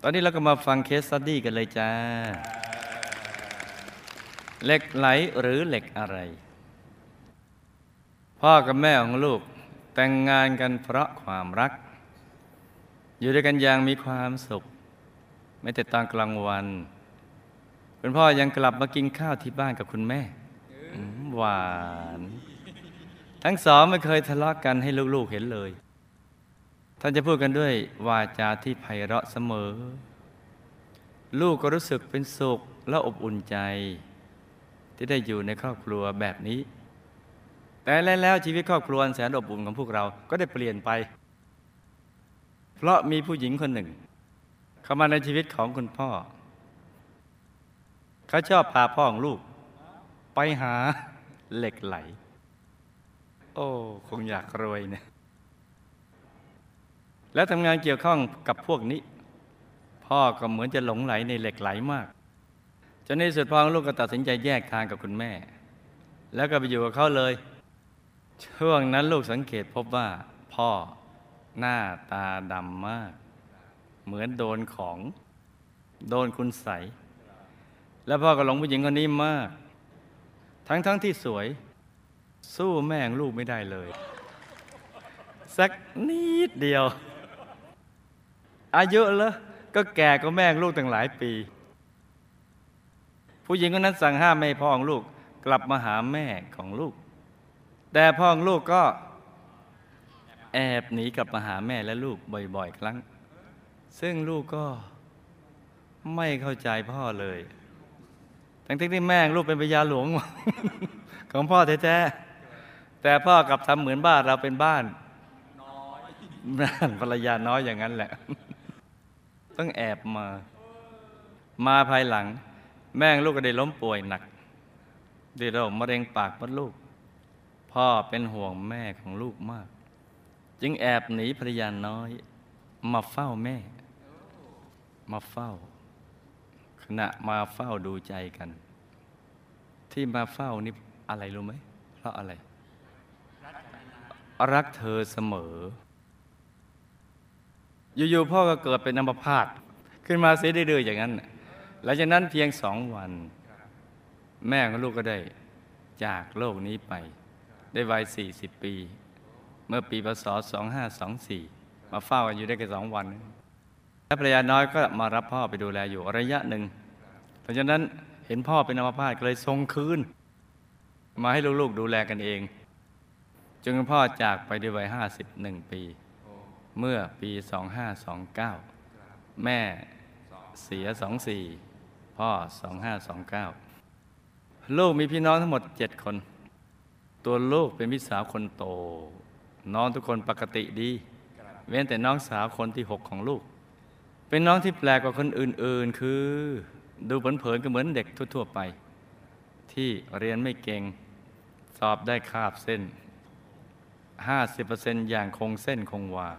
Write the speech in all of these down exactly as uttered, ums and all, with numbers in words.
อนนี้เราก็มาฟังเคสสตัดดี้กันเลยจ้าเหล็กไหลหรือเหล็กอะไรพ่อกับแม่ของลูกแต่งงานกันเพราะความรักอยู่ด้วยกันอย่างมีความสุขไม่แต่ตอนกลางวันคุณพ่อยังกลับมากินข้าวที่บ้านกับคุณแม่หวานทั้งสองไม่เคยทะเลาะกันให้ลูกๆเห็นเลยท่านจะพูดกันด้วยวาจาที่ไพเราะเสมอลูกก็รู้สึกเป็นสุขและอบอุ่นใจที่ได้อยู่ในครอบครัวแบบนี้แต่แล้วชีวิตครอบครัวแสนอบอุ่นของพวกเราก็ได้เปลี่ยนไปเพราะมีผู้หญิงคนหนึ่งเข้ามาในชีวิตของคุณพ่อเขาชอบพาพ่อของลูกไปหาเหล็กไหลโอ้คงอยากรวยเนี่ยแล้วทำงานเกี่ยวข้องกับพวกนี้พ่อก็เหมือนจะหลงไหลในเหล็กไหลมากจนในสุดพ่อของลูกก็ตัดสินใจแยกทางกับคุณแม่แล้วก็ไปอยู่กับเขาเลยช่วงนั้นลูกสังเกตพบว่าพ่อหน้าตาดำมากเหมือนโดนของโดนคุณใสแล้วพ่อก็หลงผู้หญิงคนนี้มากทั้งทั้งที่สวยสู้แม่ของลูกไม่ได้เลยสักนิดเดียวอายุแล้วก็แก่กว่าแม่ของลูกตั้งหลายปีผู้หญิงคนนั้นสั่งห้ามไม่ให้พ่อของลูกกลับมาหาแม่ของลูกแต่พ่อของลูกก็แอบหนีกลับมาหาแม่และลูกบ่อยๆครั้งซึ่งลูกก็ไม่เข้าใจพ่อเลยทั้งที่แม่ลูกเป็นภรรยาหลวง ของพ่อแท้ๆแต่พ่อกลับทำเหมือนบ้านเราเป็นบ้านบ้านภรรยาน้อยอย่างนั้นแหละ ต้องแอบมามาภายหลังแม่ลูกก็ได้ล้มป่วยหนักด้วยโรคมะเร็งปากมดลูกพ่อเป็นห่วงแม่ของลูกมากจึงแอบหนีภรรยาน้อยมาเฝ้าแม่มาเฝ้าขณะมาเฝ้าดูใจกันที่มาเฝ้านี่อะไรรู้ไหมเพราะอะไรรักเธอเสมออยู่ๆพ่อก็เกิดเป็นอัมพาตขึ้นมาเสียดื้อๆอย่างนั้นหลังจากนั้นเพียงสองวันแม่ของลูกก็ได้จากโลกนี้ไปได้วัยสี่สิบปีเมื่อปีพ.ศ. สองห้าสองสี่มาเฝ้ากันอยู่ได้แค่สองวันและภรรยาน้อยก็มารับพ่อไปดูแลอยู่ระยะหนึ่งเพราะฉะนั้นเห็นพ่อเป็นอัมพาตก็เลยส่งคืนมาให้ลูกๆดูแลกันเองจนคุณพ่อจากไปด้วยวัยห้าสิบเอ็ดปีเมื่อปีสองห้าสองเก้าแม่เสียสองสี่พ่อสองห้าสองเก้าลูกมีพี่น้องทั้งหมดเจ็ดคนตัวลูกเป็นพี่สาวคนโตน้องทุกคนปกติดีเว้นแต่น้องสาวคนที่หกของลูกเป็นน้องที่แปลกกว่าคนอื่นๆคือดูเผินๆก็เหมือนเด็กทั่วๆไปที่เรียนไม่เก่งสอบได้คาบเส้น ห้าสิบเปอร์เซ็นต์ อย่างคงเส้นคงวา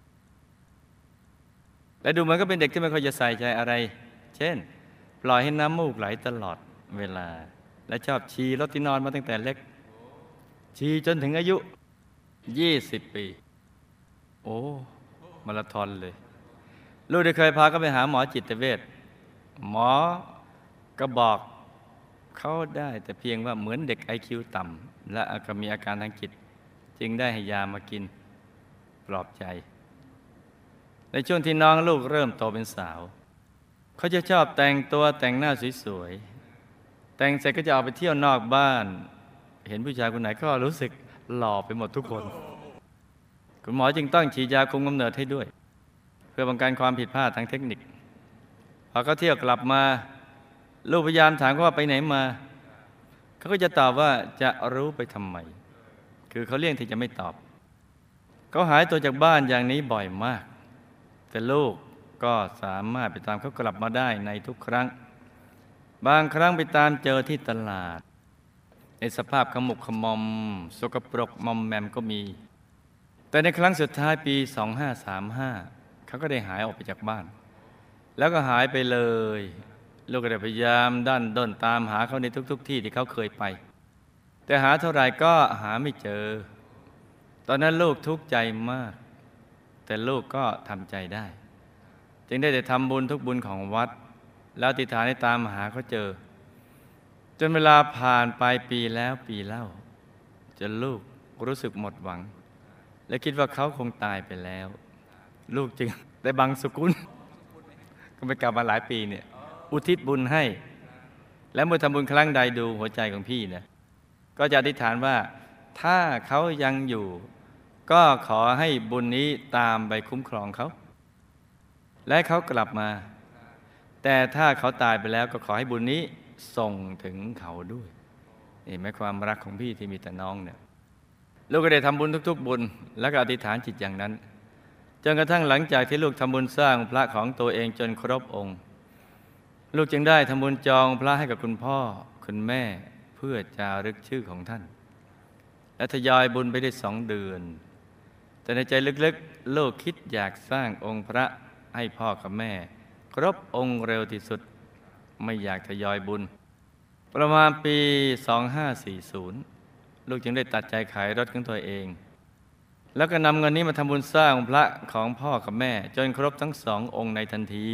และดูเหมือนก็เป็นเด็กที่ไม่ค่อยจะใส่ใจอะไรเช่นปล่อยให้น้ำมูกไหลตลอดเวลาและชอบฉี่รถที่นอนมาตั้งแต่เล็กฉี่จนถึงอายุยี่สิบปีโอ้มาราธอนเลยลูกได้เคยพาเขาไปหาหมอจิตเวชหมอก็บอกเขาได้แต่เพียงว่าเหมือนเด็ก ไอ คิว ต่ำและก็มีอาการทางจิตจึงได้ให้ยามากินปลอบใจในช่วงที่น้องลูกเริ่มโตเป็นสาวเขาจะชอบแต่งตัวแต่งหน้าสวยๆแต่งเสร็จก็จะออกไปเที่ยวนอกบ้านเห็นผู้ชายคนไหนก็รู้สึกหล่อไปหมดทุกคนคุณหมอจึงต้องฉีดยาคุมกำเนิดให้ด้วยเพื่อป้องกันความผิดพลาดทางเทคนิคพอเขาเที่ยวกลับมาลูกพยายามถามเขาว่าไปไหนมาเขาก็จะตอบว่าจะรู้ไปทำไมคือเขาเลี่ยงที่จะไม่ตอบเขาหายตัวจากบ้านอย่างนี้บ่อยมากแต่ลูกก็สามารถไปตามเขากลับมาได้ในทุกครั้งบางครั้งไปตามเจอที่ตลาดในสภาพขมุกขมอมสกปรกมอมแมมก็มีแต่ในครั้งสุดท้ายปีสองห้าสามห้าเขาก็ได้หายออกไปจากบ้านแล้วก็หายไปเลยลูกก็ได้พยายามดันด้นตามหาเขาในทุกๆ ที่ที่เขาเคยไปแต่หาเท่าไหร่ก็หาไม่เจอตอนนั้นลูกทุกข์ใจมากแต่ลูกก็ทำใจได้จึงได้แต่ทำบุญทุกบุญของวัดแล้วอธิษฐานให้ตามหาเขาเจอจนเวลาผ่านไปปีแล้วปีเล่าจนลูกรู้สึกหมดหวังและคิดว่าเขาคงตายไปแล้วลูกจึงได้บังสุกุลก็ไปกลับมาหลายปีเนี่ยอุทิศบุญให้และเมื่อทำบุญครั้งใดดูหัวใจของพี่นะก็จะอธิษฐานว่าถ้าเขายังอยู่ก็ขอให้บุญนี้ตามไปคุ้มครองเขาและเขากลับมาแต่ถ้าเขาตายไปแล้วก็ขอให้บุญนี้ส่งถึงเขาด้วยเห็นไหมความรักของพี่ที่มีแต่น้องเนี่ยลูกก็ได้ทำบุญทุกๆบุญแล้วก็อธิษฐานจิตอย่างนั้นจนกระทั่งหลังจากที่ลูกทำบุญสร้างพระของตัวเองจนครบองค์ลูกจึงได้ทำบุญจองพระให้กับคุณพ่อคุณแม่เพื่อจารึกชื่อของท่านและทยอยบุญไปได้สองเดือนแต่ในใจลึกๆลูกคิดอยากสร้างองค์พระให้พ่อกับแม่ครบองค์เร็วที่สุดไม่อยากทยอยบุญประมาณปีสองห้าสี่ศูนย์ลูกจึงได้ตัดใจขายรถของตัวเองแล้วก็นำเงินนี้มาทำบุญสร้างพระของพ่อกับแม่จนครบทั้งสององค์ในทันที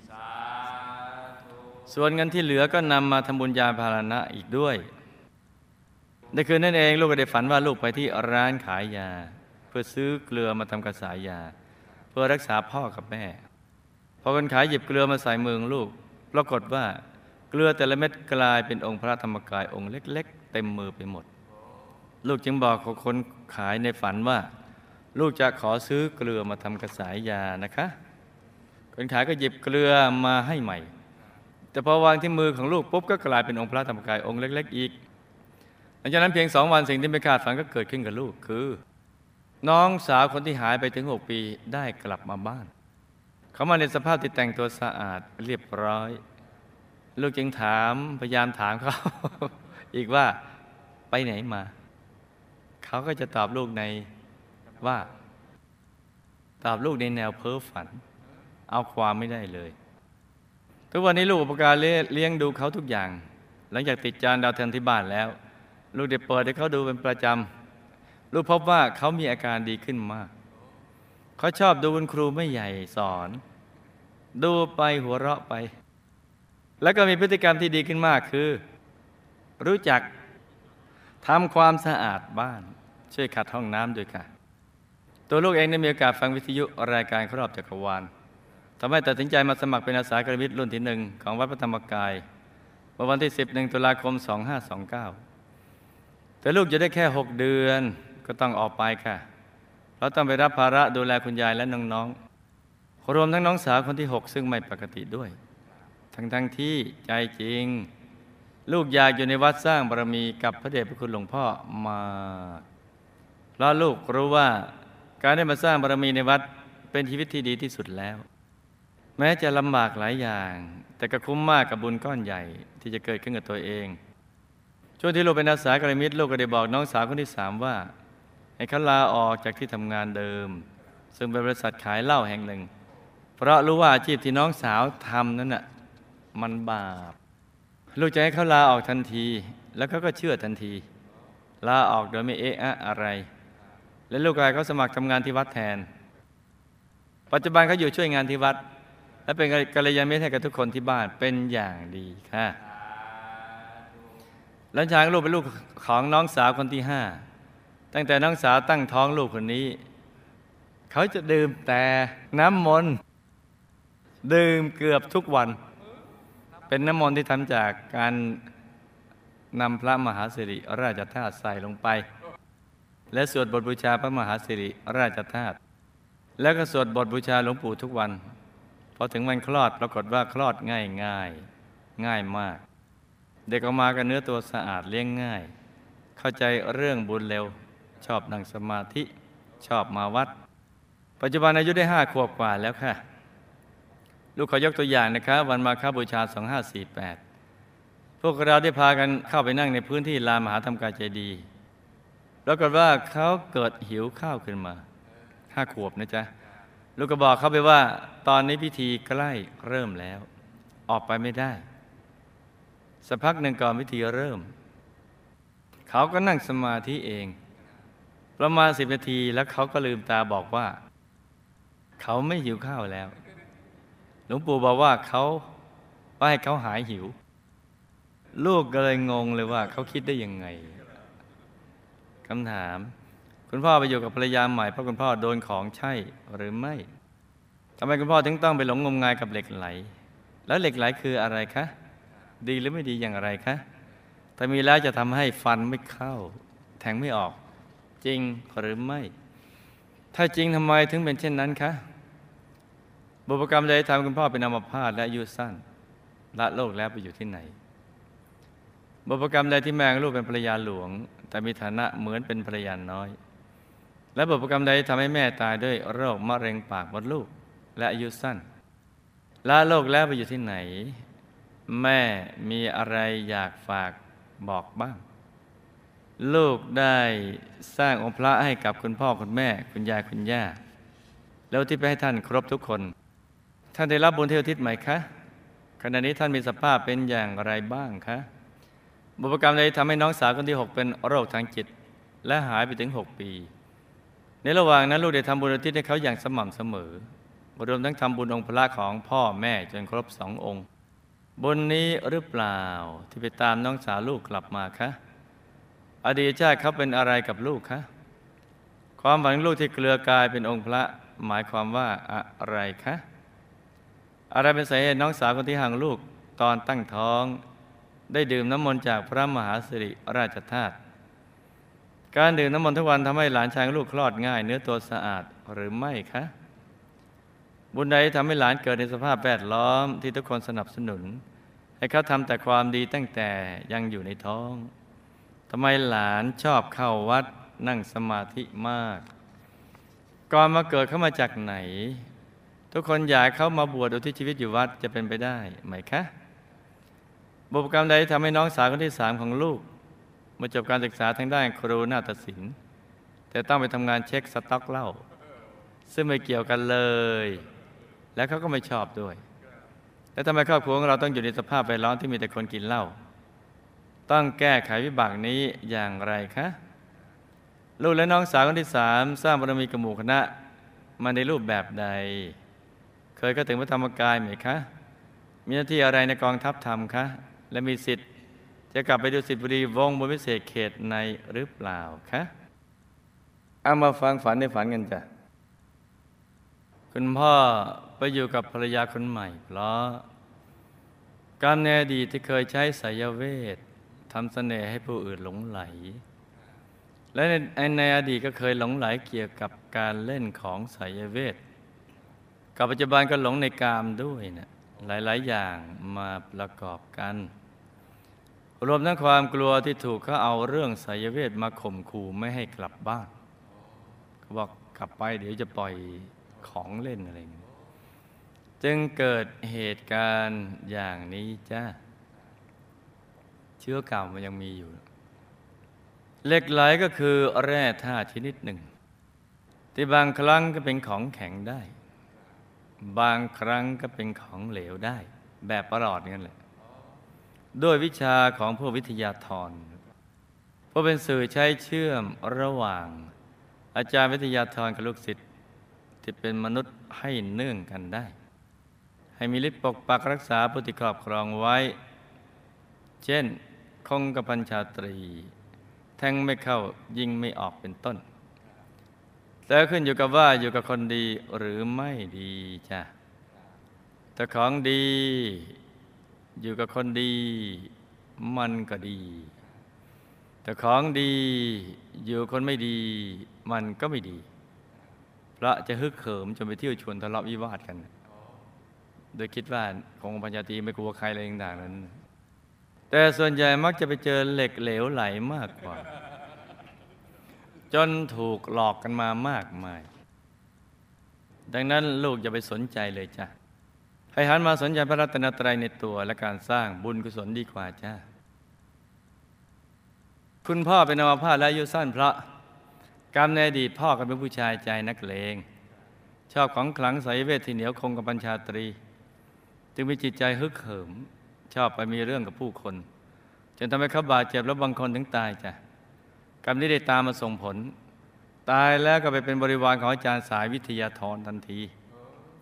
ส่วนเงินที่เหลือก็นำมาทำบุญยานพาหนะอีกด้วยในคืนนั้นเองลูกก็ได้ฝันว่าลูกไปที่ร้านขายยาเพื่อซื้อเกลือมาทำกระสายยาเพื่อรักษาพ่อกับแม่พอคนขายหยิบเกลือมาใส่มือลูกปรากฏว่าเกลือแต่ละเม็ดกลายเป็นองค์พระธรรมกายองค์เล็กๆเต็มมือไปหมดลูกจึงบอกกับคนขายในฝันว่าลูกจะขอซื้อเกลือมาทำกระสายยานะคะคนขายก็หยิบเกลือมาให้ใหม่แต่พอวางที่มือของลูกปุ๊บก็กลายเป็นองค์พระธรรมกายองค์เล็กๆอีกหลังจากนั้นเพียงสองวันสิ่งที่ไม่คาดฝันก็เกิดขึ้นกับลูกคือน้องสาวคนที่หายไปถึงหกปีได้กลับมาบ้านเขามาในสภาพที่แต่งตัวสะอาดเรียบร้อยลูกจึงถามพยายามถามเขาอีกว่าไปไหนมาเขาก็จะตอบลูกในว่าตอบลูกในแนวเพ้อฝันเอาความไม่ได้เลยทุกวันนี้ลูกอุปการเลี้ยงดูเขาทุกอย่างหลังจากติดจานดาวเทียมที่บ้านแล้วลูกได้เปิดให้เขาดูเป็นประจำลูกพบว่าเขามีอาการดีขึ้นมากเขาชอบดูคุณครูไม่ใหญ่สอนดูไปหัวเราะไปแล้วก็มีพฤติกรรมที่ดีขึ้นมากคือรู้จักทำความสะอาดบ้านช่วยขัดห้องน้ำด้วยค่ะตัวลูกเองได้มีโอกาสฟังวิทยุรายการครอบจักรวาลทำให้ตัดสินใจมาสมัครเป็นอาสากัลยาณมิตรรุ่นที่หนึ่งของวัดพระธรรมกายเมื่อวันที่สิบเอ็ดตุลาคมสองห้าสองเก้าแต่ลูกจะได้แค่หกเดือนก็ต้องออกไปค่ะเพราะต้องไปรับภาระดูแลคุณยายและน้องๆรวมทั้งน้องสาวคนที่หกซึ่งไม่ปกติด้วยทั้งทั้งที่ใจจริงลูกอยากอยู่ในวัดสร้างบารมีกับพระเดชพระคุณหลวงพ่อมาเพราะลูกรู้ว่าการได้มาสร้างบารมีในวัดเป็นชีวิตที่ดีที่สุดแล้วแม้จะลำบากหลายอย่างแต่ก็คุ้มมากกับบุญก้อนใหญ่ที่จะเกิดขึ้นกับตัวเองช่วงที่ลูกเป็นอาสากัลยาณมิตรลูกก็ได้บอกน้องสาวคนที่สามว่าให้เขาลาออกจากที่ทำงานเดิมซึ่งเป็นบริษัทขายเหล้าแห่งหนึ่งเพราะรู้ว่าอาชีพที่น้องสาวทำนั้นน่ะมันบาปลูกจะให้เขาลาออกทันทีแล้วเขาก็เชื่อทันทีลาออกโดยไม่เอะอะอะไรและลูกชายเขาสมัครทำงานที่วัดแทนปัจจุบันเขาอยู่ช่วยงานที่วัดและเป็นกัลยาณมิตรให้กับทุกคนที่บ้านเป็นอย่างดีค่ะหลานชายลูกเป็นลูกของน้องสาวคนที่ห้าตั้งแต่น้องสาวตั้งท้องลูกคนนี้เขาจะดื่มแต่น้ำมนต์ดื่มเกือบทุกวันเป็นน้ำมนต์ที่ทำจากการนำพระมหาสิริราชธาตุใส่ลงไปและสวดบทบูชาพระมหาสิริราชธาตุแล้วก็สวดบทบูชาหลวงปู่ทุกวันพอถึงวันคลอดปรากฏว่าคลอดง่ายง่ายง่ายมากเด็กออกมากับเนื้อตัวสะอาดเลี้ยงง่ายเข้าใจเรื่องบุญเร็วชอบนั่งสมาธิชอบมาวัดปัจจุบันอายุได้ห้าขวบกว่าแล้วค่ะลูกขอยกตัวอย่างนะครับวันมาฆบูชาสองห้าสี่แปดพวกเราได้พากันเข้าไปนั่งในพื้นที่ลานมหาธรรมกายเจดีย์ปรากฏว่าเขาเกิดหิวข้าวขึ้นมาห้าขวบนะจ๊ะลูกก็บอกเขาไปว่าตอนนี้พิธีใกล้เริ่มแล้วออกไปไม่ได้สักพักหนึ่งก่อนพิธีเริ่มเขาก็นั่งสมาธิเองประมาณสิบนาทีแล้วเขาก็ลืมตาบอกว่าเขาไม่หิวข้าวแล้วหลวงปู่บอกว่าเขาว่าให้เขาหายหิวลูกก็เลยงงเลยว่าเขาคิดได้ยังไงคำถามคุณพ่อไปอยู่กับภรรยาใหม่เพราะคุณพ่อโดนของใช่หรือไม่ทำไมคุณพ่อถึงต้องไปหลงงมงายกับเหล็กไหลแล้วเหล็กไหลคืออะไรคะดีหรือไม่ดีอย่างไรคะถ้ามีแล้วจะทำให้ฟันไม่เข้าแทงไม่ออกจริงหรือไม่ถ้าจริงทำไมถึงเป็นเช่นนั้นคะบุพกรรมใดทำคุณพ่อเป็นอัมพาตและอายุสั้นละโลกแล้วไปอยู่ที่ไหนบุพกรรมใดที่แม่ของลูกเป็นภรรยาหลวงแต่มีฐานะเหมือนเป็นภรรยาน้อยและบุพกรรมใดทำให้แม่ตายด้วยโรคมะเร็งปากมดลูกและอายุสั้นละโลกแล้วไปอยู่ที่ไหนแม่มีอะไรอยากฝากบอกบ้างลูกได้สร้างองค์พระให้กับคุณพ่อคุณแม่คุณยายคุณย่าแล้วที่ไปให้ท่านครบทุกคนท่านได้รับบุญเที่ยวทิศไหมคะขณะนี้ท่านมีสภาพเป็นอย่างไรบ้างคะบุพกรรมใดทำให้น้องสาวคนที่หกเป็นโรคทางจิตและหายไปถึงหกปีในระหว่างนั้นลูกได้ทำบุญอุทิศให้เขาอย่างสม่ำเสมอรวมทั้งทำบุญองค์พระของพ่อแม่จนครบสององค์บุญนี้หรือเปล่าที่ไปตามน้องสาวลูกกลับมาคะอดีตชาติเขาเป็นอะไรกับลูกคะความหวังลูกที่เกลือกายเป็นองค์พระหมายความว่าอะไรคะอะไรเป็นสาเหตุน้องสาวคนที่ห่างลูกตอนตั้งท้องได้ดื่มน้ำมนต์จากพระมหาสิริราชธาตุการดื่มน้ำมนต์ทุกวันทำให้หลานชายลูกคลอดง่ายเนื้อตัวสะอาดหรือไม่คะบุญใดทำให้หลานเกิดในสภาพแวดล้อมที่ทุกคนสนับสนุนให้เขาทำแต่ความดีตั้งแต่ยังอยู่ในท้องทำไมหลานชอบเข้าวัดนั่งสมาธิมากก่อนมาเกิดเขามาจากไหนทุกคนอยากเขามาบวชอุทิศชีวิตอยู่วัดจะเป็นไปได้ไหมคะบุพกรรมใดทำให้น้องสาวคนที่สามของลูกมาจบการศึกษาทางด้านครูนาฏศิลป์แต่ต้องไปทำงานเช็คสต็อกเหล้าซึ่งไม่เกี่ยวกันเลยและเขาก็ไม่ชอบด้วยแล้วทำไมครอบครัวของเราต้องอยู่ในสภาพแวดล้อมที่มีแต่คนกินเหล้าต้องแก้ไขวิบากนี้อย่างไรคะลูกและน้องสาวคนที่สามสร้างบารมีกับหมู่คณะมาในรูปแบบใดเคยเข้าถึงพระธรรมกายไหมคะมีหน้าที่อะไรในกองทัพธรรมคะและมีสิทธิ์จะกลับไปดูสิทธิบุรีวงบนพิเศษเขตในหรือเปล่าคะเอามาฟังฝันในฝันกันจ้ะคุณพ่อไปอยู่กับภรรยาคนใหม่เพราะกรรมในอดีตที่เคยใช้ไสยเวททำเสน่ห์ให้ผู้อื่นหลงไหลและในในอดีตก็เคยหลงไหลเกี่ยวกับการเล่นของไสยเวทกับปัจจุบันก็หลงในกามด้วยนะหลายๆอย่างมาประกอบกันรวมทั้งความกลัวที่ถูกเขาเอาเรื่องไสยเวทมาข่มขู่ไม่ให้กลับบ้านเขาบอกกลับไปเดี๋ยวจะปล่อยของเล่นอะไรอย่างนี้จึงเกิดเหตุการณ์อย่างนี้จ้าเชื้อเก่ามันยังมีอยู่เหล็กไหลก็คือแร่ธาตุชนิดหนึ่งที่บางครั้งก็เป็นของแข็งได้บางครั้งก็เป็นของเหลวได้แบบประหลอดนั่นแหละด้วยวิชาของพวกวิทยาธรเพราะเป็นสื่อใช้เชื่อมระหว่างอาจารย์วิทยาธรกับลูกศิษย์ที่เป็นมนุษย์ให้เนื่องกันได้ให้มีฤทธิ์ปกปักรักษาผู้ที่ครอบครองไว้เช่นคงกระพันชาตรีแทงไม่เข้ายิงไม่ออกเป็นต้นแต่ขึ้นอยู่กับว่าอยู่กับคนดีหรือไม่ดีจ้ะแต่ของดีอยู่กับคนดีมันก็ดีแต่ของดีอยู่คนไม่ดีมันก็ไม่ดีพระจะฮึกเหิมจนไปเที่ยวชวนทะเลาะวิวาทกันโดยคิดว่าคงปัญญาตีไม่กลัวใครอะไรต่างๆนั้นแต่ส่วนใหญ่มักจะไปเจอเหล็กเหลวไหลมากกว่าจนถูกหลอกกันมามากมายดังนั้นลูกอย่าไปสนใจเลยจ้ะให้หันมาสนใจพระรัตนตรัยในตัวและการสร้างบุญกุศลดีกว่าจ้ะคุณพ่อเป็นอัมพาตและอายุสั้นเพราะกรรมในอดีตพ่อก็เป็นผู้ชายใจนักเลงชอบของขลังไสยเวทที่เหนียวคงกับปัญชาตรีจึงมีจิตใจฮึกเหิมชอบไปมีเรื่องกับผู้คนจนทำให้เขาบาดเจ็บและบางคนถึงตายจ้ะกรรมนี้ได้ตามมาส่งผลตายแล้วก็ไปเป็นบริวารของอาจารย์สายวิทยาธรทันที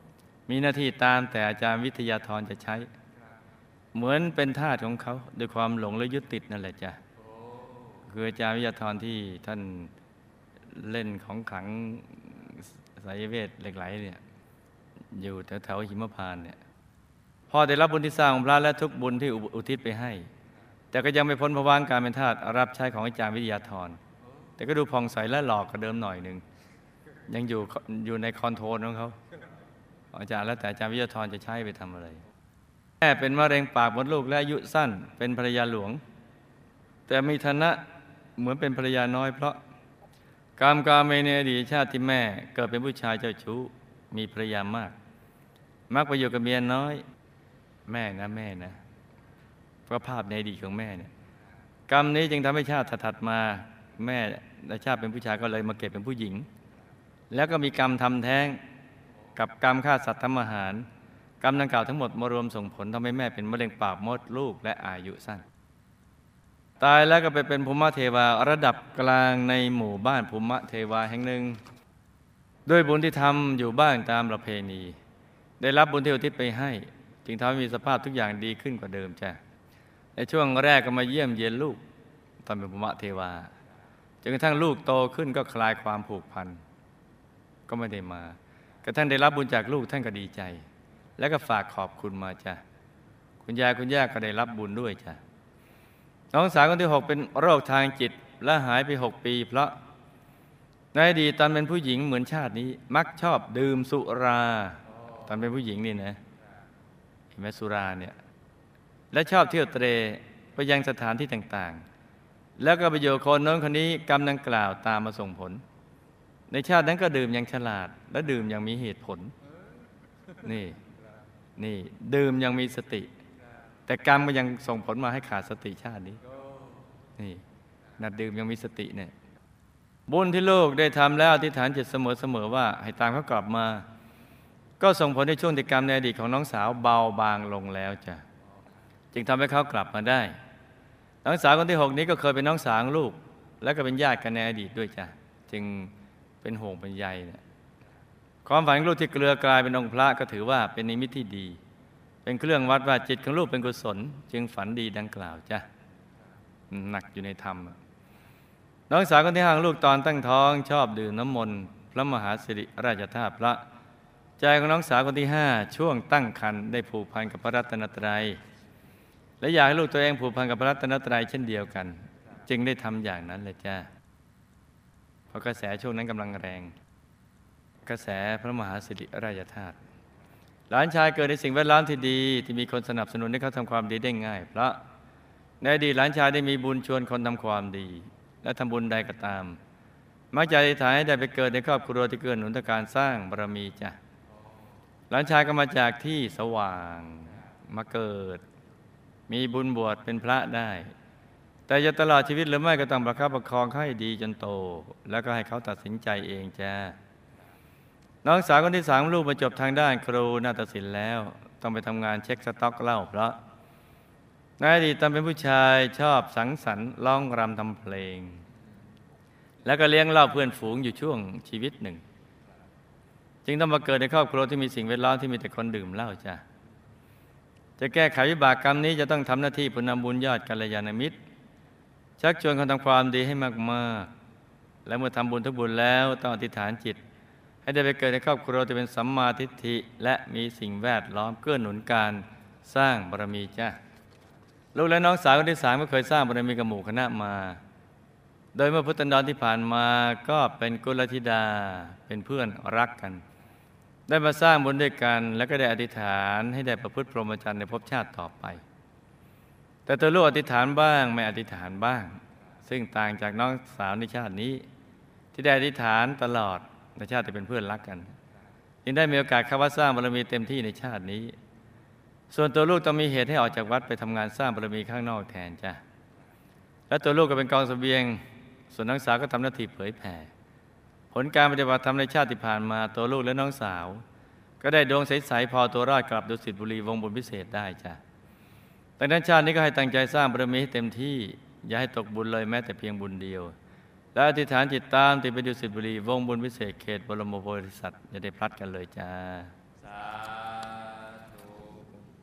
มีหน้าที่ตามแต่อาจารย์วิทยาธรจะใช้เหมือนเป็นทาสของเขาด้วยความหลงและยึดติดนั่นแหละจ้ะคืออาจารย์วิทยาธรที่ท่านเล่นของขลังสายเวทเหล็กไหลเนี่ยอยู่แถวๆหิมพานต์เนี่ยพอได้รับบุญที่สร้างของพระและทุกบุญที่อุทิศไปให้แต่ก็ยังไม่พ้นภาวะการเป็นทาสรับใช้ของอาจารย์วิทยาธรแต่ก็ดูผ่องใสและหลอกกว่าเดิมหน่อยหนึ่งยังอยู่อยู่ในคอนโทรลของเขาอาจารย์แล้วแต่อาจารย์วิทยาธรจะใช้ไปทำอะไรแม่เป็นมะเร็งปากมดลูกและอายุสั้นเป็นภรรยาหลวงแต่มีฐานะเหมือนเป็นภรรยาน้อยเพราะกรรมกาเมในอดีตชาติที่แม่เกิดเป็นผู้ชายเจ้าชู้มีภรรยามากมักไปอยู่กับเมียน้อยแม่นะแม่นะเพราะภาพในอดีตของแม่เนี่ยกรรมนี้จึงทำให้ชาติถัดมาแม่ในชาติเป็นผู้ชายก็เลยมาเกิดเป็นผู้หญิงแล้วก็มีกรรมทำแท้งกับกรรมฆ่าสัตว์ทำอาหารกรรมดังกล่าวทั้งหมดมารวมส่งผลทำให้แม่เป็นมะเร็งปากมดลูกและอายุสั้นตายแล้วก็ไปเป็นภูมิเทวาระดับกลางในหมู่บ้านภูมิเทวาแห่งหนึ่งด้วยบุญที่ทำอยู่บ้างตามประเพณีได้รับบุญที่อุทิศไปให้จึงทำให้มีสภาพทุกอย่างดีขึ้นกว่าเดิมจ้ะในช่วงแรกก็มาเยี่ยมเยียนลูกตอนเป็นภูมิเทวาจนกระทั่งลูกโตขึ้นก็คลายความผูกพันก็ไม่ได้มากระทั่งได้รับบุญจากลูกท่านก็ดีใจแล้วก็ฝากขอบคุณมาจ้ะคุณยายคุณย่าก็ได้รับบุญด้วยจ้ะน้องสาวคนที่หกเป็นโรคทางจิตและหายไปหกปีเพราะในอดีตตอนเป็นผู้หญิงเหมือนชาตินี้มักชอบดื่มสุราตอนเป็นผู้หญิงนี่นะเห็นไหมสุราเนี่ยและชอบเที่ยวเตร่ไปยังสถานที่ต่างๆแล้วก็ไปอยู่คนโน้นคนนี้กรรมดังกล่าวตามมาส่งผลในชาตินั้นก็ดื่มอย่างฉลาดและดื่มอย่างมีเหตุผลนี่นี่ดื่มอย่างมีสติแต่กรรมก็ยังส่งผลมาให้ขาดสติชาตินี้นี่นัดดื่มยังมีสติเนี่ยบุญที่ลูกได้ทำแล้วอธิษฐานจิตเสมอๆว่าให้ตามเขากลับมาก็ส่งผลในช่วงที่กรรมในอดีตของน้องสาวเบาบางลงแล้วจ้ะจึงทำให้เขากลับมาได้น้องสาวคนที่หกนี้ก็เคยเป็นน้องสาวลูกและก็เป็นญาติกันในอดีตด้วยจ้ะจึงเป็นห่วงเป็นใยเนี่ยความฝันของลูกที่เกลือกลายเป็นองค์พระก็ถือว่าเป็นนิมิตที่ดีเป็นเครื่องวัดว่าจิตของลูกเป็นกุศลจึงฝันดีดังกล่าวจ้ะหนักอยู่ในธรรมน้องสาวคนที่ห้าลูกตอนตั้งท้องชอบดื่มน้ำมนต์พระมหาสิริราชธาตุพระใจของน้องสาวคนที่ห้าช่วงตั้งครรภ์ได้ผูกพันกับพระรัตนตรัยและอยากให้ลูกตัวเองผูกพันกับพระรัตนตรัยเช่นเดียวกันจึงได้ทำอย่างนั้นเลยจ้าเพราะกระแสช่วงนั้นกำลังแรงกระแสพระมหาสิริราชธาตุหลานชายเกิดในสิ่งแวดล้อมที่ดีที่มีคนสนับสนุนให้เขาทำความดีได้ง่ายเพราะในอดีตหลานชายได้มีบุญชวนคนทำความดีและทำบุญใดก็ตามมักจะอธิษฐานให้ได้ไปเกิดในครอบครัวที่เกื้อหนุนต่อการสร้างบารมีจ้ะหลานชายก็มาจากที่สว่างมาเกิดมีบุญบวชเป็นพระได้แต่จะตลอดชีวิตหรือไม่ก็ต้องประคับประคองให้ดีจนโตแล้วก็ให้เขาตัดสินใจเองจ้าน้องสาวคนที่สามลูกมาจบทางด้านครูนาฏศิลป์แล้วต้องไปทำงานเช็คสต็อกเหล้าเพราะในอดีตตอนเป็นผู้ชายชอบสังสรรค์ร้องรำทำเพลงแล้วก็เลี้ยงเหล้าเพื่อนฝูงอยู่ช่วงชีวิตหนึ่งจึงต้องมาเกิดในครอบครัวที่มีสิ่งแวดล้อมที่มีแต่คนดื่มเหล้าจ้ะจะแก้ไขวิบากกรรมนี้จะต้องทำหน้าที่ผู้นำบุญยอดกัลยาณมิตรชักชวนคนทำความดีให้มากๆและเมื่อทำบุญทุกบุญแล้วต้องอธิษฐานจิตให้ได้ไปเกิดในครอบครัวที่เป็นสัมมาทิฏฐิและมีสิ่งแวดล้อมเกื้อหนุนการสร้างบารมีจ้ะลูกและน้องสาวคนที่สามก็เคยสร้างบารมีกับหมู่คณะมาโดยเมื่อพุทธันดรที่ผ่านมาก็เป็นกุลธิดาเป็นเพื่อนรักกันได้มาสร้างบุญด้วยกันแล้วก็ได้อธิษฐานให้ได้ประพฤติพรหมจรรย์ในภพชาติต่อไปแต่ตัวลูกอธิษฐานบ้างไม่อธิษฐานบ้างซึ่งต่างจากน้องสาวในชาตินี้ที่ได้อธิษฐานตลอดในชาติที่เป็นเพื่อนรักกันจึงได้มีโอกาสเข้าวัดสร้างบารมีเต็มที่ในชาตินี้ส่วนตัวลูกต้องมีเหตุให้ออกจากวัดไปทำงานสร้างบารมีข้างนอกแทนจ้ะและตัวลูกก็เป็นกองเสบียงส่วนน้องสาวก็ทำหน้าที่เผยแผ่ผลการปฏิบัติธรรมในชาติที่ผ่านมาตัวลูกและน้องสาวก็ได้ดวงใสๆพอตัวรอดกลับดุสิตบุรีวงบุญพิเศษได้จ้ะดังนั้นชาตินี้ก็ให้ตั้งใจสร้างบารมีให้เต็มที่อย่าให้ตกบุญเลยแม้แต่เพียงบุญเดียวและอธิษฐานจิตตามติดไปดุสิตบุรีวงบุญพิเศษเขตบรมโพธิสัตว์อย่าได้พลัดกันเลยจ้า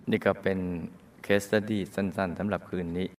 นี่ก็เป็นเคสสตี้สั้นๆสำหรับคืนนี้